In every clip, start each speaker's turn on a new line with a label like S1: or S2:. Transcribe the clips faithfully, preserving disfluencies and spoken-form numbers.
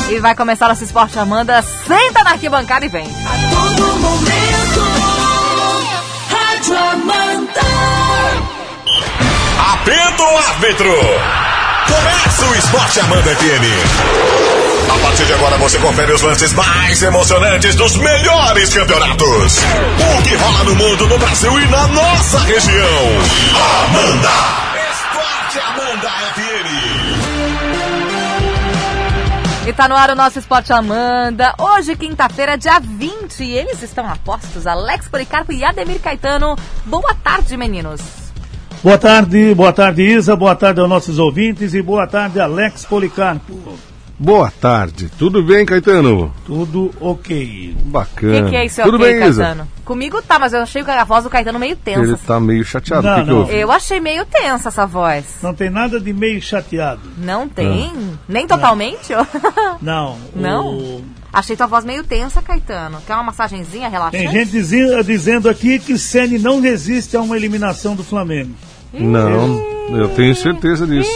S1: E vai começar nosso Esporte Amanda. Senta na arquibancada e vem.
S2: A todo momento, Rádio Amanda.
S3: Apita o árbitro. Começa o Esporte Amanda F M. A partir de agora você confere os lances mais emocionantes dos melhores campeonatos. O que rola no mundo, no Brasil e na nossa região. Amanda. Esporte Amanda F M.
S1: E tá no ar o nosso Esporte Amanda. Hoje, quinta-feira, dia vinte. E eles estão a postos. Alex Policarpo e Ademir Caetano. Boa tarde, meninos.
S4: Boa tarde, boa tarde, Isa. Boa tarde aos nossos ouvintes. E boa tarde, Alex Policarpo.
S5: Boa tarde. Tudo bem, Caetano?
S4: Tudo ok.
S5: Bacana.
S1: O que, que é isso
S5: Tudo
S1: ok,
S5: bem,
S1: Caetano?
S5: Isa?
S1: Comigo tá, mas eu achei a voz do Caetano meio tensa.
S5: Ele tá meio chateado.
S4: Não,
S5: o que que
S4: não.
S5: houve?
S1: Eu achei meio tensa essa voz.
S4: Não tem nada de meio chateado.
S1: Não tem? Nem totalmente?
S4: Não.
S1: Não?
S4: o-
S1: Achei tua voz meio tensa, Caetano. Quer uma massagenzinha relaxante?
S4: Tem gente dizi- dizendo aqui que Ceni não resiste a uma eliminação do Flamengo.
S5: Não, eu tenho certeza disso.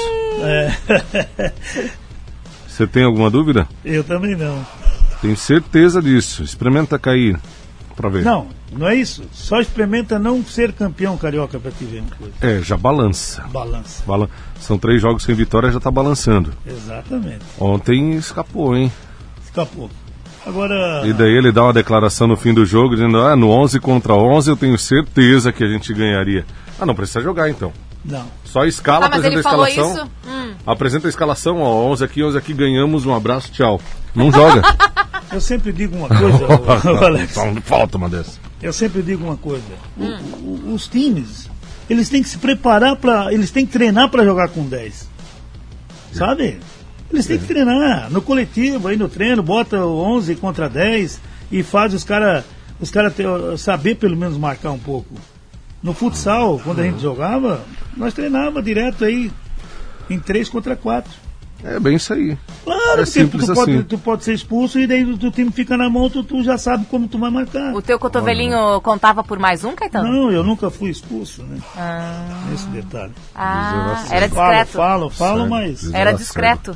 S4: É.
S5: Você tem alguma dúvida?
S4: Eu também não.
S5: Tenho certeza disso. Experimenta cair pra ver.
S4: Não, não é isso. Só experimenta não ser campeão carioca pra te ver uma coisa.
S5: É, já balança.
S4: Balança.
S5: Balan- São três jogos sem vitória, já tá balançando.
S4: Exatamente.
S5: Ontem escapou, hein?
S4: Escapou. Agora.
S5: E daí ele dá uma declaração no fim do jogo, dizendo, ah, no onze contra onze eu tenho certeza que a gente ganharia. Ah, não precisa jogar então.
S4: Não.
S5: Só escala,
S1: Ah, mas
S5: apresenta
S1: ele
S5: a
S1: falou
S5: escalação.
S1: isso? Hum.
S5: Apresenta a escalação, ó, onze aqui, onze aqui, ganhamos, um abraço, tchau. Não joga.
S4: Eu sempre digo uma coisa, ô, ô, Alex.
S5: Só não falta uma dessa.
S4: Eu sempre digo uma coisa. O- o- os times, eles têm que se preparar para, eles têm que treinar para jogar com dez. Sabe? Eles têm que treinar no coletivo, aí no treino, bota o onze contra dez e faz os caras os cara saber pelo menos marcar um pouco. No futsal, quando a gente jogava, nós treinava direto aí em três contra quatro.
S5: É bem isso aí.
S4: Claro,
S5: É
S4: porque
S5: simples
S4: tu, pode,
S5: assim.
S4: tu pode ser expulso e daí o teu time fica na mão, tu, tu já sabe como tu vai marcar.
S1: O teu cotovelinho contava por mais um, Caetano?
S4: Não, eu nunca fui expulso, né?
S1: Ah,
S4: Esse detalhe.
S1: ah, era
S4: Falo,
S1: discreto.
S4: falo, falo,
S5: Sério.
S4: mas.
S1: Era discreto.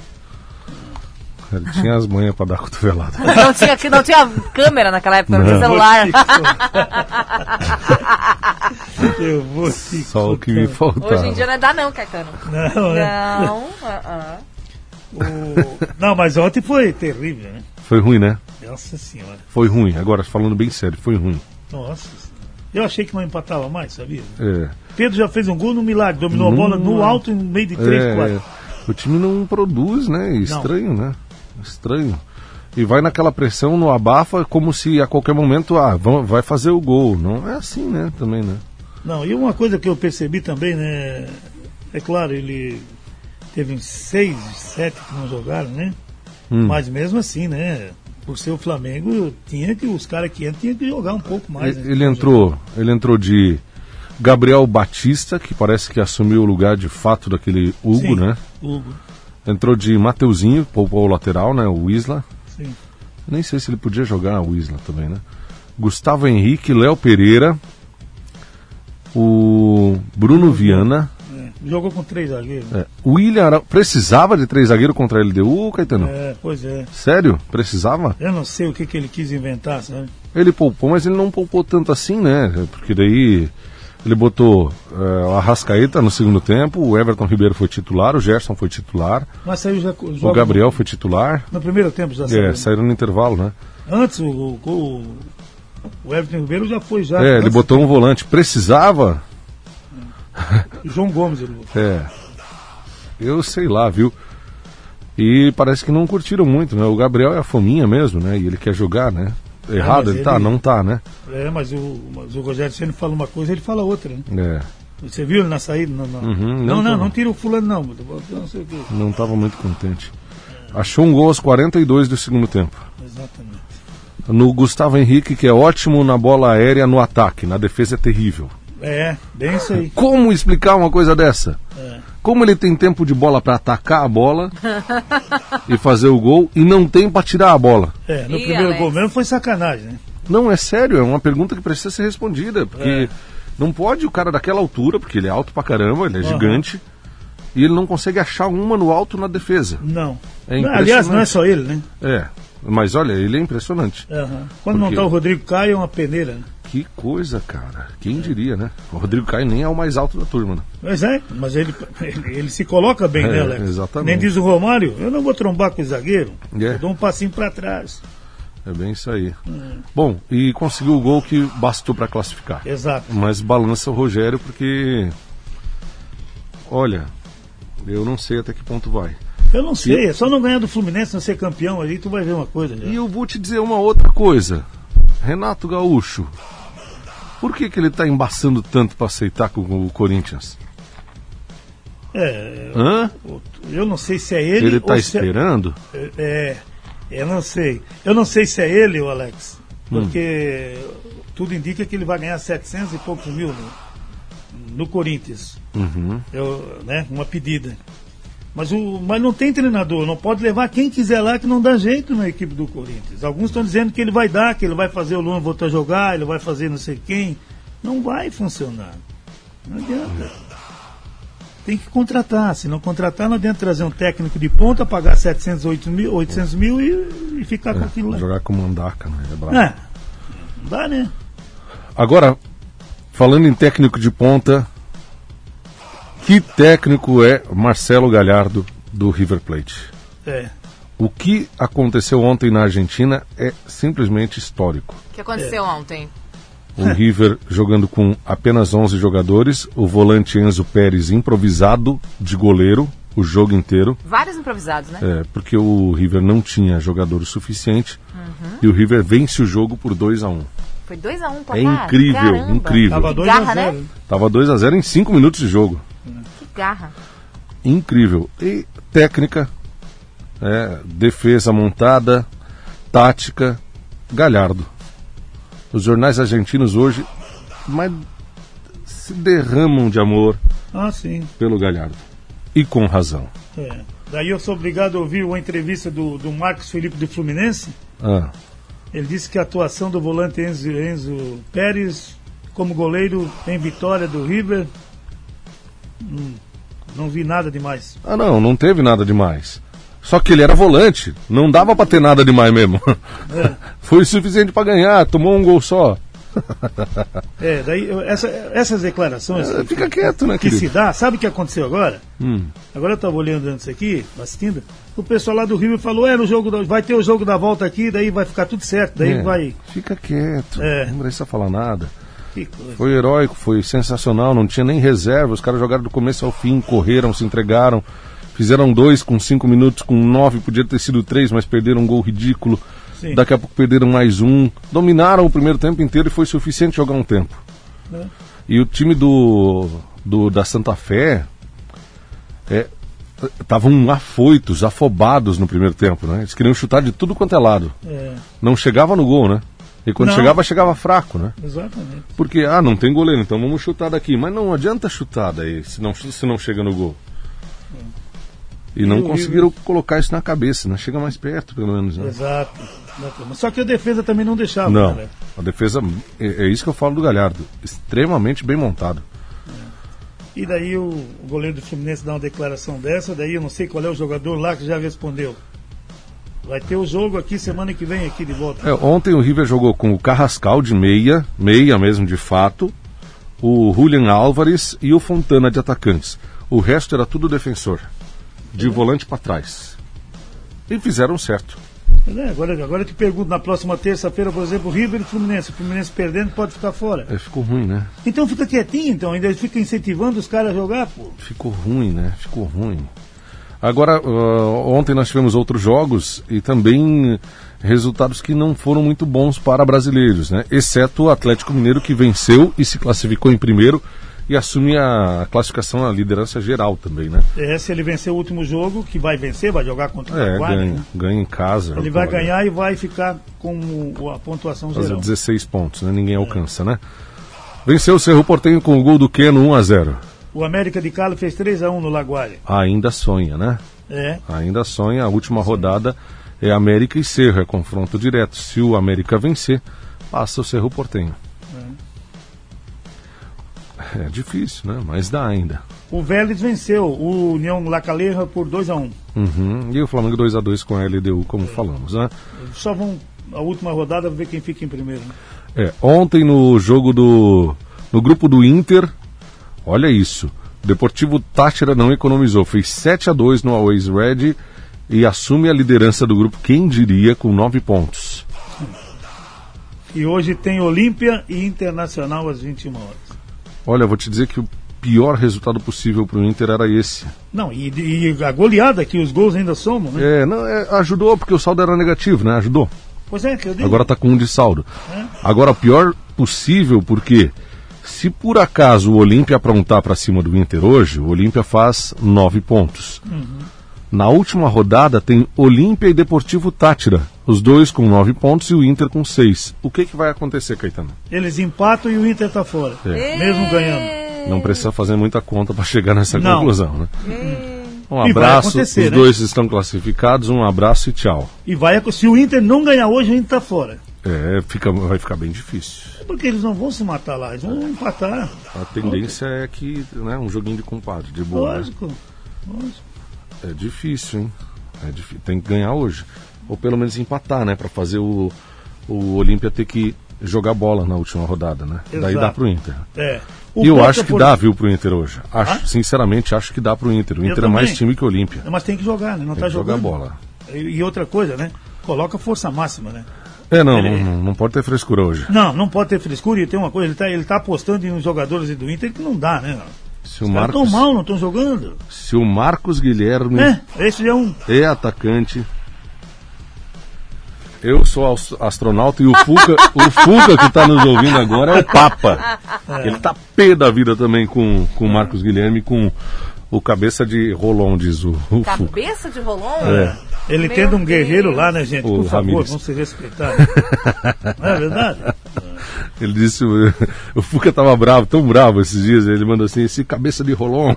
S5: Ele tinha as manhas pra dar cotovelada.
S1: Não tinha, não tinha câmera naquela época, não tinha celular.
S4: Eu vou te
S5: Só o que me
S4: contar.
S5: faltava.
S1: Hoje em dia não dá não, Caetano.
S4: Não, é.
S1: Não, ah, ah.
S4: O- não, mas ontem foi terrível, né?
S5: Foi ruim, né?
S4: Nossa senhora.
S5: Foi ruim. Agora, falando bem sério, foi ruim.
S4: Nossa senhora. Eu achei que não empatava mais, sabia?
S5: É.
S4: Pedro já fez um gol no milagre, dominou
S5: Não,
S4: a bola no
S5: não.
S4: alto em meio de três,
S5: É,
S4: quatro.
S5: o time não produz, né? Estranho, né? Estranho. E vai naquela pressão, no abafa, como se a qualquer momento, ah, vão- vai fazer o gol. Não é assim, né? Também, né?
S4: Não, e uma coisa que eu percebi também, né? É claro, ele teve uns seis, sete que não jogaram, né?
S5: Hum.
S4: Mas mesmo assim, né? Por ser o Flamengo, tinha que os caras que entram tinham que jogar um pouco mais.
S5: Ele,
S4: né?
S5: ele entrou, ele entrou de Gabriel Batista, que parece que assumiu o lugar de fato daquele Hugo,
S4: Sim,
S5: né?
S4: Hugo,
S5: Entrou de Mateuzinho, poupou o lateral, né? O Isla.
S4: sim.
S5: Nem sei se ele podia jogar o Isla também, né? Gustavo Henrique, Léo Pereira, o Bruno Viana,
S4: É, jogou com três zagueiros.
S5: é, o William Arão. Precisava de três zagueiros contra a L D U, Caetano?
S4: É, pois é.
S5: Sério? Precisava?
S4: Eu não sei o que, que ele quis inventar, sabe?
S5: Ele poupou, mas ele não poupou tanto assim, né? Porque daí ele botou é, o Arrascaeta no segundo tempo, o Everton Ribeiro foi titular, o Gerson foi titular,
S4: Mas saiu já.
S5: o Gabriel foi titular.
S4: No, no primeiro tempo já saiu.
S5: É,
S4: né?
S5: saíram no intervalo, né?
S4: Antes o, o, o, o Everton Ribeiro já foi já.
S5: É, ele
S4: antes-
S5: botou um volante. Precisava?
S4: o João Gomes, ele botou.
S5: É. Eu sei lá, viu? E parece que não curtiram muito, né? O Gabriel é a fominha mesmo, né? E ele quer jogar, né? Errado
S4: mas
S5: ele tá?
S4: ele-
S5: Não tá, né?
S4: É, mas o, mas o Rogério Ceni fala uma coisa, ele fala outra, né?
S5: É.
S4: Você viu ele na saída? Não, não,
S5: Uhum,
S4: não,
S5: não
S4: não,
S5: tá.
S4: não tira o fulano não. Não sei o quê.
S5: Não tava muito contente. Achou um gol aos quarenta e dois do segundo tempo.
S4: Exatamente.
S5: No Gustavo Henrique, que é ótimo na bola aérea no ataque, na defesa é terrível.
S4: É, bem isso aí.
S5: Como explicar uma coisa dessa?
S4: É.
S5: Como ele tem tempo de bola pra atacar a bola e fazer o gol e não tem pra tirar a bola?
S4: É, no
S1: Ih,
S4: primeiro
S1: Alex.
S4: gol mesmo foi sacanagem, né?
S5: Não, é sério, é uma pergunta que precisa ser respondida, porque
S4: É.
S5: não pode o cara daquela altura, porque ele é alto pra caramba, ele é
S4: Aham.
S5: gigante, e ele não consegue achar uma no alto na defesa.
S4: Não.
S5: É
S4: Aliás, não é só ele, né?
S5: É, mas olha, ele é impressionante.
S4: Uhum. Quando
S5: Porque...
S4: não tá o Rodrigo Caio, é uma peneira, né?
S5: Que coisa, cara. Quem diria, né? O Rodrigo Caio nem é o mais alto da turma, né?
S4: Mas é, mas ele, ele, ele se coloca bem,
S5: É,
S4: né, Alex?
S5: exatamente.
S4: Nem diz o Romário, eu não vou trombar com o zagueiro,
S5: É.
S4: eu dou um passinho pra trás.
S5: É bem isso aí.
S4: Hum.
S5: Bom, e conseguiu o gol que bastou para classificar.
S4: Exato.
S5: Mas balança o Rogério porque... Olha, eu não sei até que ponto vai.
S4: Eu não sei, é só não ganhar do Fluminense, não ser campeão ali, tu vai ver uma coisa. Já.
S5: E eu vou te dizer uma outra coisa. Renato Gaúcho, por que que ele tá embaçando tanto para aceitar com o Corinthians?
S4: É,
S5: Hã?
S4: eu não sei se é ele,
S5: Ele tá
S4: ou se é-
S5: esperando?
S4: É, eu não sei. Eu não sei se é ele, o Alex, porque tudo indica que ele vai ganhar setecentos e poucos mil no, no Corinthians.
S5: Uhum.
S4: Eu, né, uma pedida. Mas, o, mas não tem treinador, não pode levar quem quiser lá que não dá jeito na equipe do Corinthians. Alguns estão dizendo que ele vai dar, que ele vai fazer o Luan voltar a jogar, ele vai fazer não sei quem. Não vai funcionar. Não adianta. Tem que contratar. Se não contratar, não adianta trazer um técnico de ponta, pagar setecentos, oitocentos mil e, e ficar com aquilo lá.
S5: Jogar com mandaca, né? É brabo.
S4: É, não dá, né?
S5: Agora, falando em técnico de ponta, que técnico é Marcelo Gallardo do River Plate?
S4: É.
S5: O que aconteceu ontem na Argentina é simplesmente histórico.
S1: O que aconteceu ontem?
S5: O River jogando com apenas onze jogadores, o volante Enzo Pérez improvisado de goleiro o jogo inteiro.
S1: Vários improvisados, né?
S5: É, porque o River não tinha jogador o suficiente e o River vence o jogo por dois a um.
S1: Foi dois a um,
S5: É
S1: placar.
S5: incrível,
S1: Caramba.
S5: incrível.
S4: Tava
S1: Que
S4: dois a
S1: garra,
S4: zero.
S1: né?
S5: Tava dois a zero em cinco minutos de jogo.
S1: Que garra.
S5: Incrível. E técnica, é, defesa montada, tática, Gallardo. Os jornais argentinos hoje mas se derramam de amor
S4: Ah, sim.
S5: pelo Gallardo. E com razão.
S4: É. Daí eu sou obrigado a ouvir uma entrevista do, do Marcos Felipe do Fluminense.
S5: Ah,
S4: Ele disse que a atuação do volante Enzo, Enzo Pérez como goleiro em vitória do River, hum, não vi nada demais.
S5: ah não, não teve nada demais. Só que ele era volante, não dava pra ter nada demais mesmo.
S4: É.
S5: Foi o suficiente pra ganhar, tomou um gol só.
S4: É, daí eu- essa- essas declarações
S5: É, fica quieto, né,
S4: que se
S5: querido?
S4: dá, sabe o que aconteceu agora?
S5: Hum.
S4: Agora eu estava olhando antes aqui, assistindo, o pessoal lá do River falou, é, no jogo da- vai ter o jogo da volta aqui, daí vai ficar tudo certo, daí
S5: É,
S4: vai...
S5: Fica quieto,
S4: É.
S5: não precisa falar nada.
S4: Que coisa.
S5: Foi heróico, foi sensacional, não tinha nem reserva, os caras jogaram do começo ao fim, correram, se entregaram, fizeram dois com cinco minutos, com nove, podia ter sido três, mas perderam um gol ridículo.
S4: Sim.
S5: Daqui a pouco perderam mais um, dominaram o primeiro tempo inteiro e foi suficiente jogar um tempo.
S4: É.
S5: E o time do, do da Santa Fé estavam afoitos, afobados no primeiro tempo, né? Eles queriam chutar de tudo quanto é lado.
S4: É,
S5: Não chegava no gol, né? E quando
S4: Não.
S5: chegava, chegava fraco, né?
S4: exatamente.
S5: Porque, ah, não tem goleiro, então vamos chutar daqui. Mas não adianta chutar daí, se não, se não chega no gol. E não
S4: E o
S5: conseguiram colocar isso na cabeça, né? Chega mais perto, pelo menos, né?
S4: Exato. Exatamente. Só que a defesa também não deixava,
S5: Não,
S4: né?
S5: a defesa, é, é isso que eu falo do Gallardo, extremamente bem montado.
S4: E daí o, o goleiro do Fluminense dá uma declaração dessa, daí eu não sei qual é o jogador lá que já respondeu. Vai ter o jogo aqui semana que vem, aqui de volta.
S5: É, ontem o River jogou com o Carrascal de meia, meia mesmo de fato, o Julian Álvares e o Fontana de atacantes. O resto era tudo defensor, de volante para trás. E fizeram certo.
S4: É, agora, agora eu te pergunto, na próxima terça-feira, por exemplo, o River e o Fluminense. O Fluminense perdendo pode ficar fora.
S5: É, ficou ruim, né?
S4: Então fica quietinho, então. Ainda fica incentivando os caras a jogar, pô.
S5: Ficou ruim, né? Ficou ruim. Agora, uh, ontem nós tivemos outros jogos e também resultados que não foram muito bons para brasileiros, né? Exceto o Atlético Mineiro, que venceu e se classificou em primeiro e assume a classificação, a liderança geral também, né?
S4: É, se ele vencer o último jogo, que vai vencer, vai jogar contra o
S5: É,
S4: Jaguar,
S5: ganha,
S4: né?
S5: ganha em casa.
S4: Ele vai
S5: Olha,
S4: ganhar e vai ficar com o- a pontuação
S5: fazer
S4: geral.
S5: dezesseis pontos, né? Ninguém alcança, né? Venceu o Cerro Porteño com o gol do Keno um a zero.
S4: O América de Cali fez três a um no Laguária.
S5: Ainda sonha, né?
S4: É,
S5: Ainda sonha. A última rodada é América e Cerro, é confronto direto. Se o América vencer, passa o Cerro Porteño. É difícil, né? Mas dá ainda.
S4: O Vélez venceu o União La Calera por dois a um.
S5: Uhum. E o Flamengo dois a dois com a L D U, como falamos, né?
S4: Só vão a última rodada ver quem fica em primeiro. Né?
S5: É, ontem no jogo do... no grupo do Inter, olha isso. O Deportivo Táchira não economizou. Fez sete a dois no Always Red e assume a liderança do grupo, quem diria, com nove pontos.
S4: E hoje tem Olímpia e Internacional às vinte e uma horas.
S5: Olha, vou te dizer que o pior resultado possível para o Inter era esse.
S4: Não, e, e a goleada que os gols ainda somam, né?
S5: É, não, é, ajudou porque o saldo era negativo, né? Ajudou.
S4: Pois é, que eu digo.
S5: Agora tá com um de saldo.
S4: É.
S5: Agora, o pior possível, porque se por acaso o Olímpia aprontar para cima do Inter hoje, o Olímpia faz nove pontos. Uhum. Na última rodada tem Olímpia e Deportivo Táchira, os dois com nove pontos e o Inter com seis. O que, que vai acontecer, Caetano?
S4: Eles empatam e o Inter tá fora,
S5: É.
S4: mesmo ganhando.
S5: Não precisa fazer muita conta para chegar nessa
S4: Não.
S5: conclusão, né? Um
S4: E vai
S5: abraço, os
S4: acontecer, né?
S5: dois estão classificados, um abraço e tchau.
S4: E vai, se o Inter não ganhar hoje, o Inter tá fora.
S5: É, fica, vai ficar bem difícil.
S4: Porque eles não vão se matar lá, eles vão empatar.
S5: A tendência é que, né, um joguinho de compadre, de boa. né?
S4: Lógico, lógico.
S5: É difícil, hein? É difícil. Tem que ganhar hoje. Ou pelo menos empatar, né? Pra fazer o, o Olímpia ter que jogar bola na última rodada, né?
S4: Exato.
S5: Daí dá pro Inter.
S4: É. O
S5: E eu
S4: Boca,
S5: acho que
S4: por-
S5: dá, viu, pro Inter hoje. Acho,
S4: Ah?
S5: sinceramente, acho que dá pro Inter. O
S4: Eu
S5: Inter é mais
S4: também.
S5: time que o Olímpia.
S4: Mas tem que jogar, né? Não
S5: Tem
S4: tá
S5: que jogar
S4: jogando.
S5: bola.
S4: E, e outra coisa, né? Coloca força máxima, né?
S5: É, não,
S4: Ele-
S5: não, não pode ter frescura hoje.
S4: Não, não pode ter frescura. E tem uma coisa, ele tá, ele tá apostando em uns jogadores do Inter que não dá, né?
S5: Se o
S4: Os caras tão
S5: Marcos,
S4: mal, não estão jogando.
S5: se o Marcos Guilherme
S4: É, esse é um...
S5: é atacante. Eu sou aus- astronauta e o Fuca, o Fuca que está nos ouvindo agora é o Papa. Ele tá pé da vida também com com o Marcos Guilherme, com o cabeça de Rolon, diz o, o Fuca.
S1: Cabeça de Rolon?
S5: É.
S4: Ele
S1: Meu
S4: tendo um guerreiro
S1: Deus.
S4: lá, né, gente?
S5: O
S4: Por favor,
S5: Ramírez.
S4: vamos se respeitar. Né? Não é verdade?
S5: Ele disse, o, o Fuca tava bravo, tão bravo esses dias, ele mandou assim, esse cabeça de Rolon.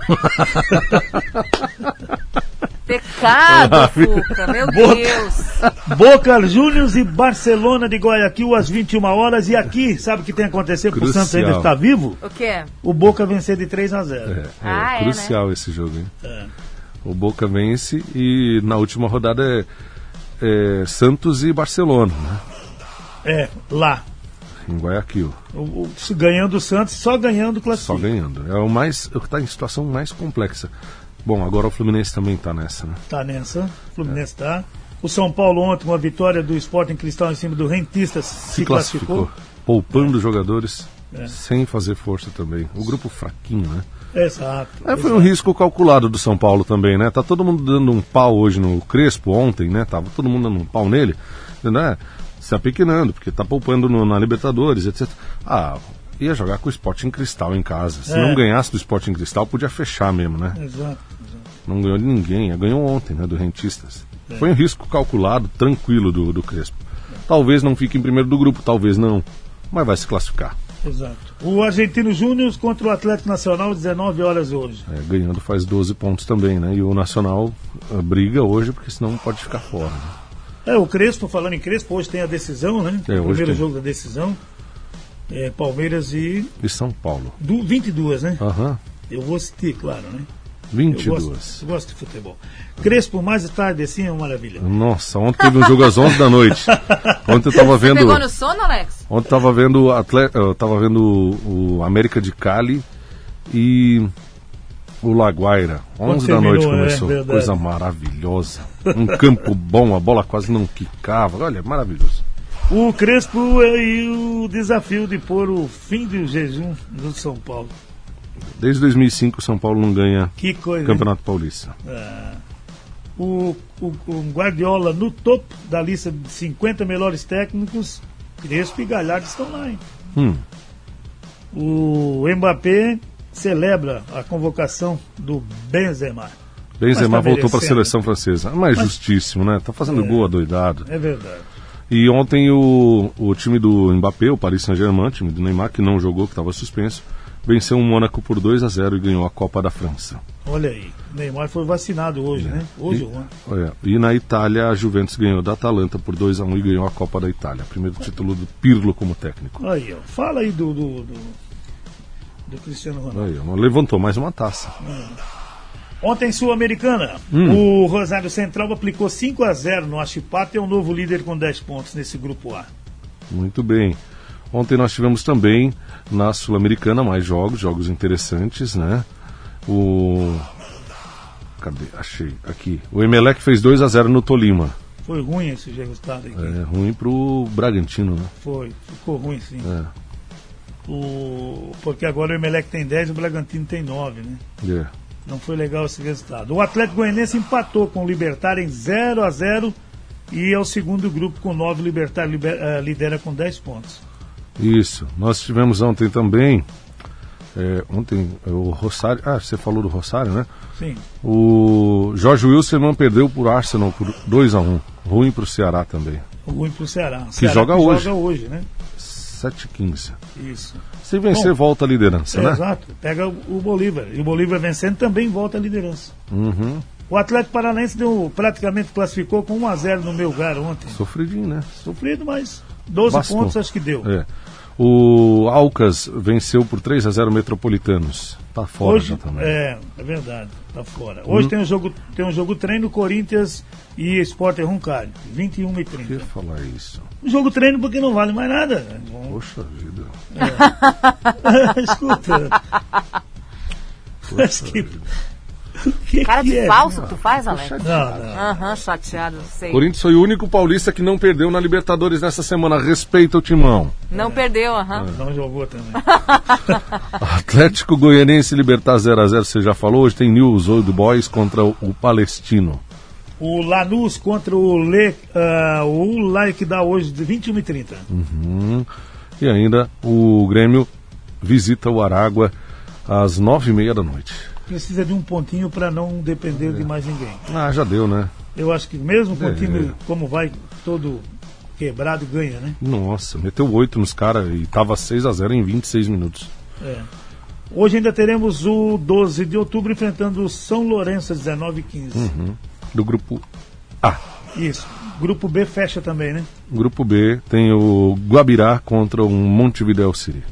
S1: Pecado, Fuca, meu
S4: Boca.
S1: Deus.
S4: Boca Juniors e Barcelona de Guayaquil às vinte e uma horas. E aqui, sabe o que tem que acontecer pro
S5: Crucial.
S4: Santos ainda estar vivo?
S1: O quê?
S4: O Boca vencer de três a zero.
S5: É, é
S1: Ah, é,
S5: crucial esse jogo, hein?
S4: É.
S5: O Boca vence e na última rodada é, é Santos e Barcelona, né?
S4: É, lá.
S5: Em Guayaquil.
S4: O, o- se ganhando o Santos, só ganhando o
S5: Só
S4: classifica.
S5: ganhando. É o mais. É o que está em situação mais complexa. Bom, agora o Fluminense também está nessa, né?
S4: Tá nessa. O Fluminense tá. O São Paulo ontem, uma vitória do Sporting Cristal em cima do Rentistas, se,
S5: Se classificou. Poupando jogadores,
S4: É.
S5: sem fazer força também. O grupo fraquinho, né?
S4: Exato.
S5: É, foi um
S4: exato.
S5: risco calculado do São Paulo também, né? Tá todo mundo dando um pau hoje no Crespo, ontem, né? Tava todo mundo dando um pau nele, né? Se apequenando, porque tá poupando no- na Libertadores, etcétera. Ah, ia jogar com o Sporting Cristal em casa. Se
S4: É.
S5: não ganhasse do Sporting Cristal, podia fechar mesmo, né?
S4: Exato.
S5: Não ganhou de ninguém, ganhou ontem, né? Do Rentistas.
S4: É.
S5: Foi um risco calculado, tranquilo do, do Crespo. Talvez não fique em primeiro do grupo, talvez não, mas vai se classificar.
S4: Exato. O Argentino Júnior contra o Atlético Nacional, dezenove horas hoje.
S5: É, ganhando faz doze pontos também, né? E o Nacional ah, briga hoje, porque senão pode ficar fora. Né?
S4: É, o Crespo, falando em Crespo, hoje tem a decisão, né?
S5: É,
S4: o
S5: hoje
S4: primeiro
S5: tem.
S4: jogo da decisão. É, Palmeiras e.
S5: E São Paulo.
S4: Du, vinte e duas, né?
S5: Aham,
S4: Eu vou assistir, claro, né?
S5: vinte e
S4: Eu
S5: duas.
S4: gosto, eu gosto de futebol. Crespo, mais tarde assim, é uma maravilha.
S5: Nossa, ontem teve um jogo às onze da noite. Ontem eu tava vendo.
S1: Pegou no sono, Alex?
S5: Ontem eu tava vendo o atleta, eu tava vendo o, o América de Cali e o Laguaira. onze da noite
S4: terminou, é,
S5: começou.
S4: verdade.
S5: Coisa maravilhosa. Um campo bom, a bola quase não quicava. Olha, maravilhoso.
S4: O Crespo é, e o desafio de pôr o fim do jejum do São Paulo.
S5: Desde dois mil e cinco o São Paulo não ganha
S4: Que coisa. hein?
S5: Campeonato Paulista.
S4: O, o, o Guardiola no topo da lista de cinquenta melhores técnicos. Crespo e Galhardo estão lá, hein?
S5: Hum,
S4: O Mbappé celebra a convocação do Benzema.
S5: Benzema
S4: Mas tá
S5: voltou para a
S4: merecendo.
S5: seleção francesa. Mas, justíssimo, né? Tá fazendo gol adoidado.
S4: É verdade.
S5: E ontem o, o time do Mbappé, o Paris Saint-Germain, time do Neymar, que não jogou, que estava suspenso, venceu o Mônaco por dois a zero e ganhou a Copa da França.
S4: Olha aí. O Neymar foi vacinado hoje, né? Hoje ou ontem.
S5: É, e na Itália, a Juventus ganhou da Atalanta por dois a um e ganhou a Copa da Itália. Primeiro título do Pirlo como técnico.
S4: Aí, ó. Fala aí do, do, do, do Cristiano Ronaldo.
S5: Aí, levantou mais uma taça.
S4: Ontem, Sul-Americana,
S5: Hum.
S4: o Rosário Central aplicou cinco a zero no Achipata e é o novo líder com dez pontos nesse grupo A.
S5: Muito bem. Ontem nós tivemos também na Sul-Americana mais jogos, jogos interessantes, né? O... Cadê? Achei. Aqui. O Emelec fez dois a zero no Tolima.
S4: Foi ruim esse resultado aqui.
S5: É ruim pro Bragantino, né?
S4: Foi, ficou ruim sim.
S5: É.
S4: O... Porque agora o Emelec tem dez e o Bragantino tem nove, né?
S5: É.
S4: Não foi legal esse resultado. O Atlético Goianiense empatou com o Libertar em zero a zero e é o segundo grupo com nove. O Libertar liber, uh, lidera com dez pontos.
S5: Isso. Nós tivemos ontem também. É, ontem o Rosário. Ah, você falou do Rosário, né?
S4: Sim.
S5: O Jorge Wilstermann perdeu por Arsenal por dois a um. Ruim pro Ceará também.
S4: Ruim pro Ceará.
S5: Que
S4: Ceará
S5: joga
S4: que
S5: hoje.
S4: Joga hoje, né?
S5: sete a quinze.
S4: Isso.
S5: Se vencer,
S4: Bom,
S5: volta a liderança,
S4: É,
S5: né?
S4: exato. Pega o, o Bolívar. E o Bolívar vencendo também volta à liderança.
S5: Uhum.
S4: O Atlético Paranaense deu, praticamente classificou com um a zero no Melgar ontem.
S5: Sofridinho, né?
S4: Sofrido, mas doze
S5: Bastou.
S4: pontos acho que deu.
S5: É. O Alcas venceu por três a zero Metropolitanos. Tá fora
S4: Hoje,
S5: já também.
S4: é, é verdade, tá fora. Hoje
S5: Hum.
S4: tem um jogo, tem um jogo treino, Corinthians e Sport Roncalho, vinte e uma e
S5: Por que
S4: trinta.
S5: falar isso?
S4: Um jogo treino porque não vale mais nada. Bom,
S5: Poxa vida.
S4: escuta. Mas que, o que
S1: Cara
S4: que
S1: de
S4: é?
S1: falso que tu faz, Alex?
S5: Poxa,
S4: Não, não.
S1: Aham, chateado, sei.
S5: Corinthians foi o único paulista que não perdeu na Libertadores nessa semana. Respeita o timão.
S1: Não perdeu, aham.
S4: Não jogou também.
S5: Atlético Goianiense e Libertar zero a zero, você já falou. Hoje tem News Old Boys contra o, o Palestino.
S4: O Lanús contra o Le, uh, o Lai que dá hoje de vinte e uma e trinta.
S5: Hum. E ainda o Grêmio visita o Aragua às nove e meia da noite.
S4: Precisa de um pontinho para não depender de mais ninguém.
S5: Ah, já deu, né?
S4: Eu acho que mesmo com o
S5: É.
S4: time como vai todo quebrado, ganha, né?
S5: Nossa, meteu oito nos caras e tava seis a zero em vinte e seis minutos.
S4: É. Hoje ainda teremos o doze de outubro enfrentando o São Lourenço às dezenove e quinze.
S5: Uhum. Do grupo A.
S4: Isso. Grupo B fecha também, né?
S5: Grupo B tem o Guabirá contra o Montevideo City.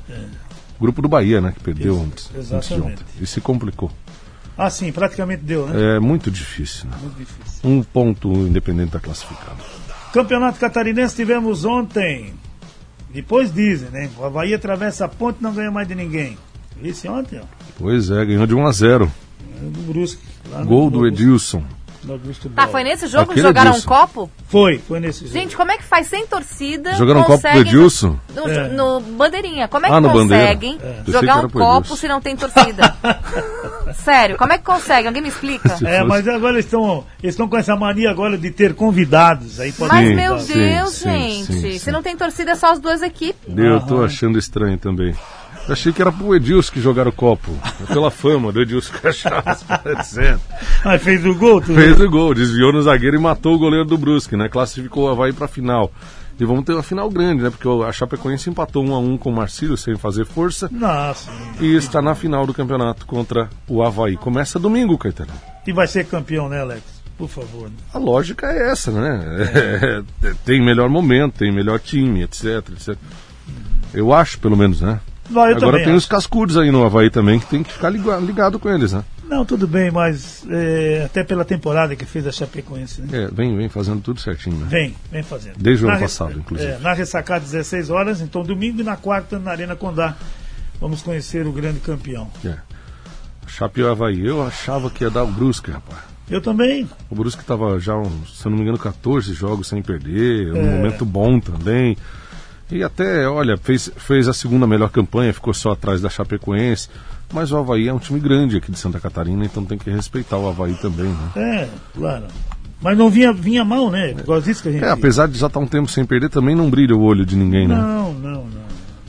S5: Grupo do Bahia, né? Que perdeu
S4: Isso,
S5: antes, antes de
S4: exatamente.
S5: ontem. E se complicou.
S4: Ah, sim, praticamente deu, né?
S5: É muito difícil, né?
S4: Muito difícil.
S5: Um ponto independente da classificado.
S4: Campeonato Catarinense tivemos ontem. Depois dizem, né? O Avaí atravessa a ponte e não ganha mais de ninguém. Esse ontem, ó.
S5: Pois é, ganhou de um a zero.
S4: É do Brusque. lá no-
S5: Gol
S4: no
S5: do
S4: Augusto-
S5: Edilson.
S4: no Augusto
S1: Tá,
S4: Bauer.
S1: foi nesse jogo que
S5: Aquele
S1: jogaram um
S5: Edilson.
S1: copo?
S4: Foi, foi nesse jogo.
S1: Gente, como é que faz sem torcida?
S5: Jogaram um copo pro
S1: conseguem-
S5: Edilson?
S1: No,
S4: É.
S1: no Bandeirinha. Como é
S5: Ah,
S1: que
S5: no Bandeira.
S1: conseguem
S5: É. Pensei que
S1: jogar
S5: era
S1: um
S5: pro
S1: copo
S5: Edilson.
S1: se não tem torcida? Sério, como é que consegue? Alguém me explica?
S5: Se
S4: É,
S5: fosse-
S4: mas agora eles estão eles estão com essa mania agora de ter convidados. Aí pode
S1: Mas,
S5: Sim,
S1: meu
S5: sim,
S1: Deus,
S5: sim,
S1: gente.
S5: sim, sim.
S1: Se não tem torcida, é só as duas equipes.
S5: Eu tô
S4: Aham.
S5: achando estranho também. Eu achei que era pro Edilson que jogaram o copo. É pela fama do Edilson Cachaça, etcétera.
S4: Ah, fez o gol? Tu
S5: Fez o gol, desviou no zagueiro e matou o goleiro do Brusque, né? Classificou o Avaí pra final. E vamos ter uma final grande, né? Porque a Chapecoense empatou um a um com o Marcílio sem fazer força.
S4: Nossa.
S5: E está na final do campeonato contra o Avaí. Começa domingo, Caetano.
S4: E vai ser campeão, né, Alex? Por favor.
S5: A lógica é essa, né? É, tem melhor momento, tem melhor time, etc, etcétera. Eu acho, pelo menos, né?
S4: Não, eu
S5: Agora
S4: também
S5: tem
S4: acho.
S5: os cascudos aí no Avaí também, que tem que ficar liga- ligado com eles, né?
S4: Não, tudo bem, mas é, até pela temporada que fez a Chapecoense, né?
S5: É, vem, vem fazendo tudo certinho, né?
S4: Vem, vem fazendo.
S5: Desde o ano
S4: Na
S5: passado,
S4: res-
S5: inclusive.
S4: É, na ressacada, dezesseis horas, então domingo e na quarta, na Arena Condá. Vamos conhecer o grande campeão.
S5: É. Chape e o Avaí. Eu achava que ia dar o Brusque, rapaz.
S4: Eu também.
S5: O Brusque estava já, uns, se eu não me engano, catorze jogos sem perder, um
S4: É.
S5: momento bom também. E até, olha, fez, fez a segunda melhor campanha, ficou só atrás da Chapecoense. Mas o Avaí é um time grande aqui de Santa Catarina, então tem que respeitar o Avaí também, né?
S4: É, claro. Mas não vinha, vinha mal, né? Por causa disso que a gente.
S5: É, apesar de já estar um tempo sem perder, também não brilha o olho de ninguém, né?
S4: Não, não, não.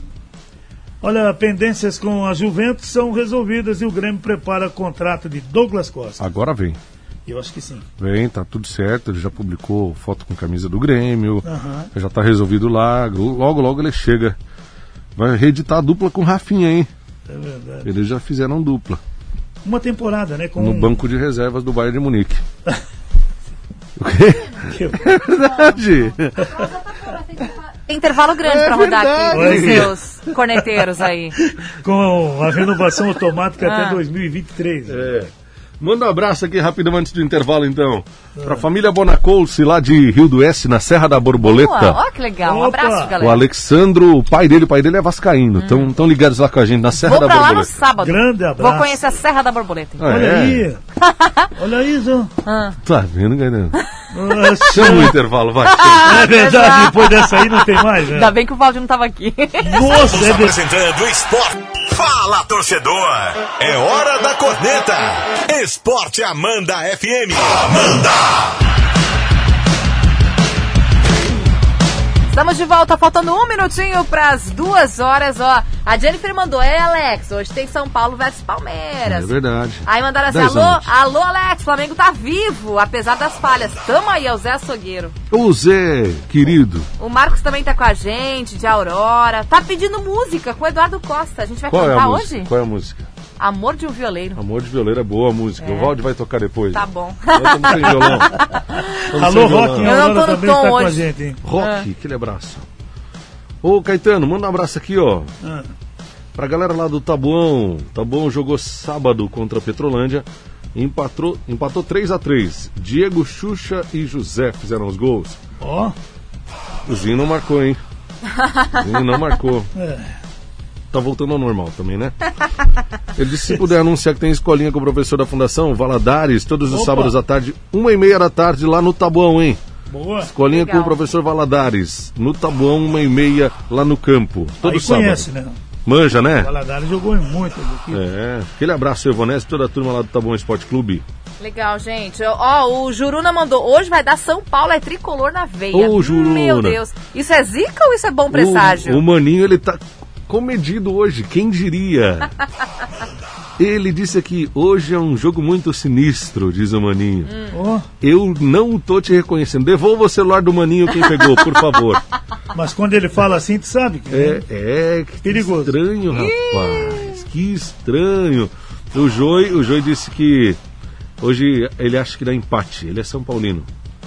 S4: Olha, pendências com a Juventus são resolvidas e o Grêmio prepara contrato de Douglas Costa.
S5: Agora vem.
S4: Eu acho que sim.
S5: Vem, tá tudo certo, ele já publicou foto com camisa do Grêmio,
S4: Aham.
S5: já tá resolvido lá, logo logo ele chega. Vai reeditar a dupla com o Rafinha, hein?
S4: É verdade.
S5: Eles já fizeram dupla
S4: Uma temporada, né? Com
S5: no banco de reservas do Bayern de Munique. O quê?
S4: Eu-
S5: É verdade.
S1: Intervalo grande
S5: É
S1: pra rodar
S5: verdade.
S1: aqui com
S4: Oi.
S1: os seus corneteiros aí.
S4: Com a renovação automática
S1: Ah.
S4: até dois mil e vinte e três.
S5: É. Manda um abraço aqui rapidão antes do intervalo, então. Pra família Bonacolce, lá de Rio do Oeste, na Serra da Borboleta.
S1: Boa, ó que legal. Um
S4: Opa.
S1: abraço,
S5: O
S1: galera.
S5: Alexandro, o pai dele, o pai dele é vascaíno. Estão tão ligados lá com a gente, na Serra
S1: Vou
S5: da
S1: pra lá no
S5: Borboleta.
S1: sábado.
S4: Grande abraço.
S1: Vou conhecer a Serra da Borboleta.
S5: Ah,
S4: Olha
S5: é?
S4: aí. Olha isso.
S1: Ah.
S5: Tá vendo, Gaidano?
S4: Nossa.
S5: Chama o intervalo, vai.
S4: É verdade, depois dessa aí não tem mais, né?
S1: Ainda bem que o Valdir não tava aqui.
S4: Nossa,
S3: Estamos
S4: é de...
S3: apresentando o Esporte. Fala, torcedor! É hora da corneta. Esporte Amanda F M. Amanda!
S1: Estamos de volta, faltando um minutinho pras duas horas, ó. A Jennifer mandou, é, Alex, hoje tem São Paulo versus Palmeiras.
S5: É verdade.
S1: Aí mandaram assim,
S5: Dez
S1: alô,
S5: anos.
S1: alô, Alex, Flamengo tá vivo, apesar das falhas. Tamo aí, é o Zé Açougueiro.
S5: Ô Zé, querido.
S1: O Marcos também tá com a gente, de Aurora. Tá pedindo música com o Eduardo Costa. A gente vai
S5: Qual é
S1: cantar
S5: a música?
S1: hoje?
S5: Qual é a música?
S1: Amor de um Violeiro.
S5: Amor de Violeiro é boa a música.
S1: É.
S5: O Valde vai tocar depois.
S1: Tá bom.
S5: Nós estamos sem violão. Estamos
S4: Alô,
S5: sem violão.
S4: Rock,
S1: Eu não
S4: Aurora
S1: tô no
S4: também
S1: tom
S4: está com a
S1: hoje.
S4: gente, hein?
S5: Rock, aquele abraço. Ô Caetano, manda um abraço aqui, ó.
S4: Ah.
S5: Pra galera lá do Tabuão. Tabuão jogou sábado contra a Petrolândia. Empatou, empatou três a três. Diego, Xuxa e José fizeram os gols.
S4: Ó,
S5: O Zinho não marcou, hein? O Zinho não marcou.
S4: é.
S5: Tá voltando ao normal também, né? Ele disse que se puder anunciar que tem escolinha com o professor da Fundação Valadares, todos os
S4: Opa.
S5: sábados à tarde, uma e meia da tarde, lá no Tabuão, hein?
S4: Boa.
S5: Escolinha
S1: Legal.
S5: com o professor Valadares, no Tabuão, uma e meia, lá no campo. Todo
S4: Aí
S5: sábado.
S4: conhece, né?
S5: Manja, né?
S4: O Valadares jogou muito aqui.
S5: É. Aquele abraço, Evonese, toda a turma lá do Tabuão Esporte Clube.
S1: Legal, gente. Ó, o Juruna mandou, hoje vai dar São Paulo, é tricolor na veia.
S5: Ô, Juruna.
S1: Meu Deus. Isso é zica ou isso é bom presságio?
S5: O, o Maninho, ele tá comedido hoje, quem diria? Ele disse aqui, hoje é um jogo muito sinistro, diz o Maninho.
S4: Ó,
S5: Eu não tô te reconhecendo. Devolva o celular do Maninho quem pegou, por favor.
S4: mas quando ele fala assim, tu sabe que
S5: É, é, que
S4: Perigoso.
S5: estranho, rapaz. Que estranho. O Joi, o Joi disse que hoje ele acha que dá empate. Ele é São Paulino.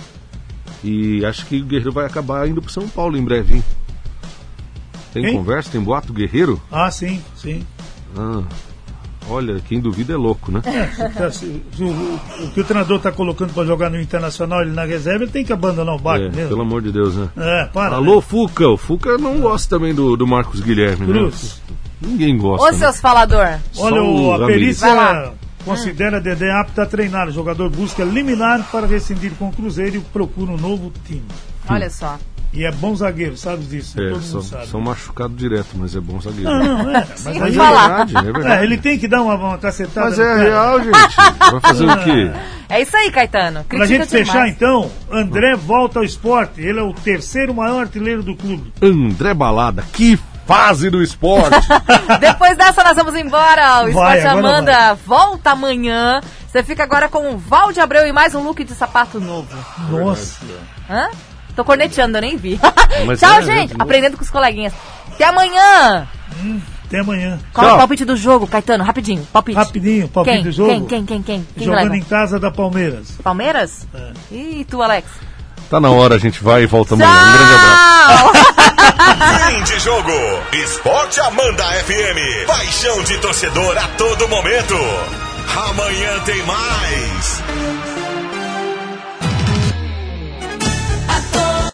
S5: E acho que o Guerreiro vai acabar indo pro São Paulo em breve, hein? Tem
S4: Quem?
S5: conversa, tem boato, Guerreiro?
S4: Ah, sim, sim.
S5: Ah, olha, quem duvida é louco, né?
S4: É, se- se o, o- o que o treinador está colocando para jogar no Internacional, ele na reserva, ele tem que abandonar o barco
S5: É,
S4: mesmo.
S5: pelo amor de Deus, né?
S4: É, para.
S5: Alô,
S4: né?
S5: Fuca. O Fuca não gosta também do, do Marcos Guilherme,
S4: Cruz.
S5: né? Ninguém gosta.
S1: Ô,
S5: né?
S1: seus falador.
S4: Olha,
S5: Só
S4: o,
S5: o
S4: a
S5: Ramires.
S1: Vai lá.
S4: perícia considera Dedé apto a treinar. O jogador busca liminar para rescindir com o Cruzeiro e procura um novo time.
S1: Olha só.
S4: E é bom zagueiro, sabe disso?
S5: É,
S4: Todo
S5: são,
S4: mundo sabe.
S5: são machucados direto, mas é bom zagueiro.
S4: Não, não, é. Mas,
S1: Sim,
S4: aí,
S1: vou
S5: é
S1: falar.
S5: verdade, é verdade.
S4: é, ele tem que dar uma, uma cacetada.
S5: Mas
S4: no
S5: é
S4: cara.
S5: real, gente. Vai fazer o quê?
S1: É isso aí, Caetano.
S4: Pra
S1: Critica
S4: gente fechar,
S1: demais.
S4: então, André volta ao esporte. Ele é o terceiro maior artilheiro do clube.
S5: André Balada, que fase do esporte.
S1: Depois dessa, nós vamos embora. O
S4: Vai,
S1: Esporte
S4: agora
S1: Amanda volta amanhã. Você fica agora com o Valde Abreu e mais um look de sapato novo.
S4: Nossa.
S1: Hã? Tô corneteando, eu nem vi.
S5: Mas
S1: Tchau,
S5: é,
S1: gente.
S5: é,
S1: Aprendendo com os coleguinhas. Até amanhã.
S4: Até amanhã.
S1: Qual é
S5: Tchau.
S1: o palpite do jogo, Caetano? Rapidinho. Palpite.
S4: Rapidinho, palpite
S1: Quem?
S4: do jogo.
S1: Quem, quem, quem, quem? Quem
S4: Jogando
S1: leva?
S4: em casa da Palmeiras.
S1: Palmeiras?
S4: É.
S1: E tu, Alex?
S5: Tá na hora, a gente vai e volta amanhã. Um grande abraço.
S1: Tchau!
S3: Fim de jogo. Esporte Amanda F M. Paixão de torcedor a todo momento. Amanhã tem mais.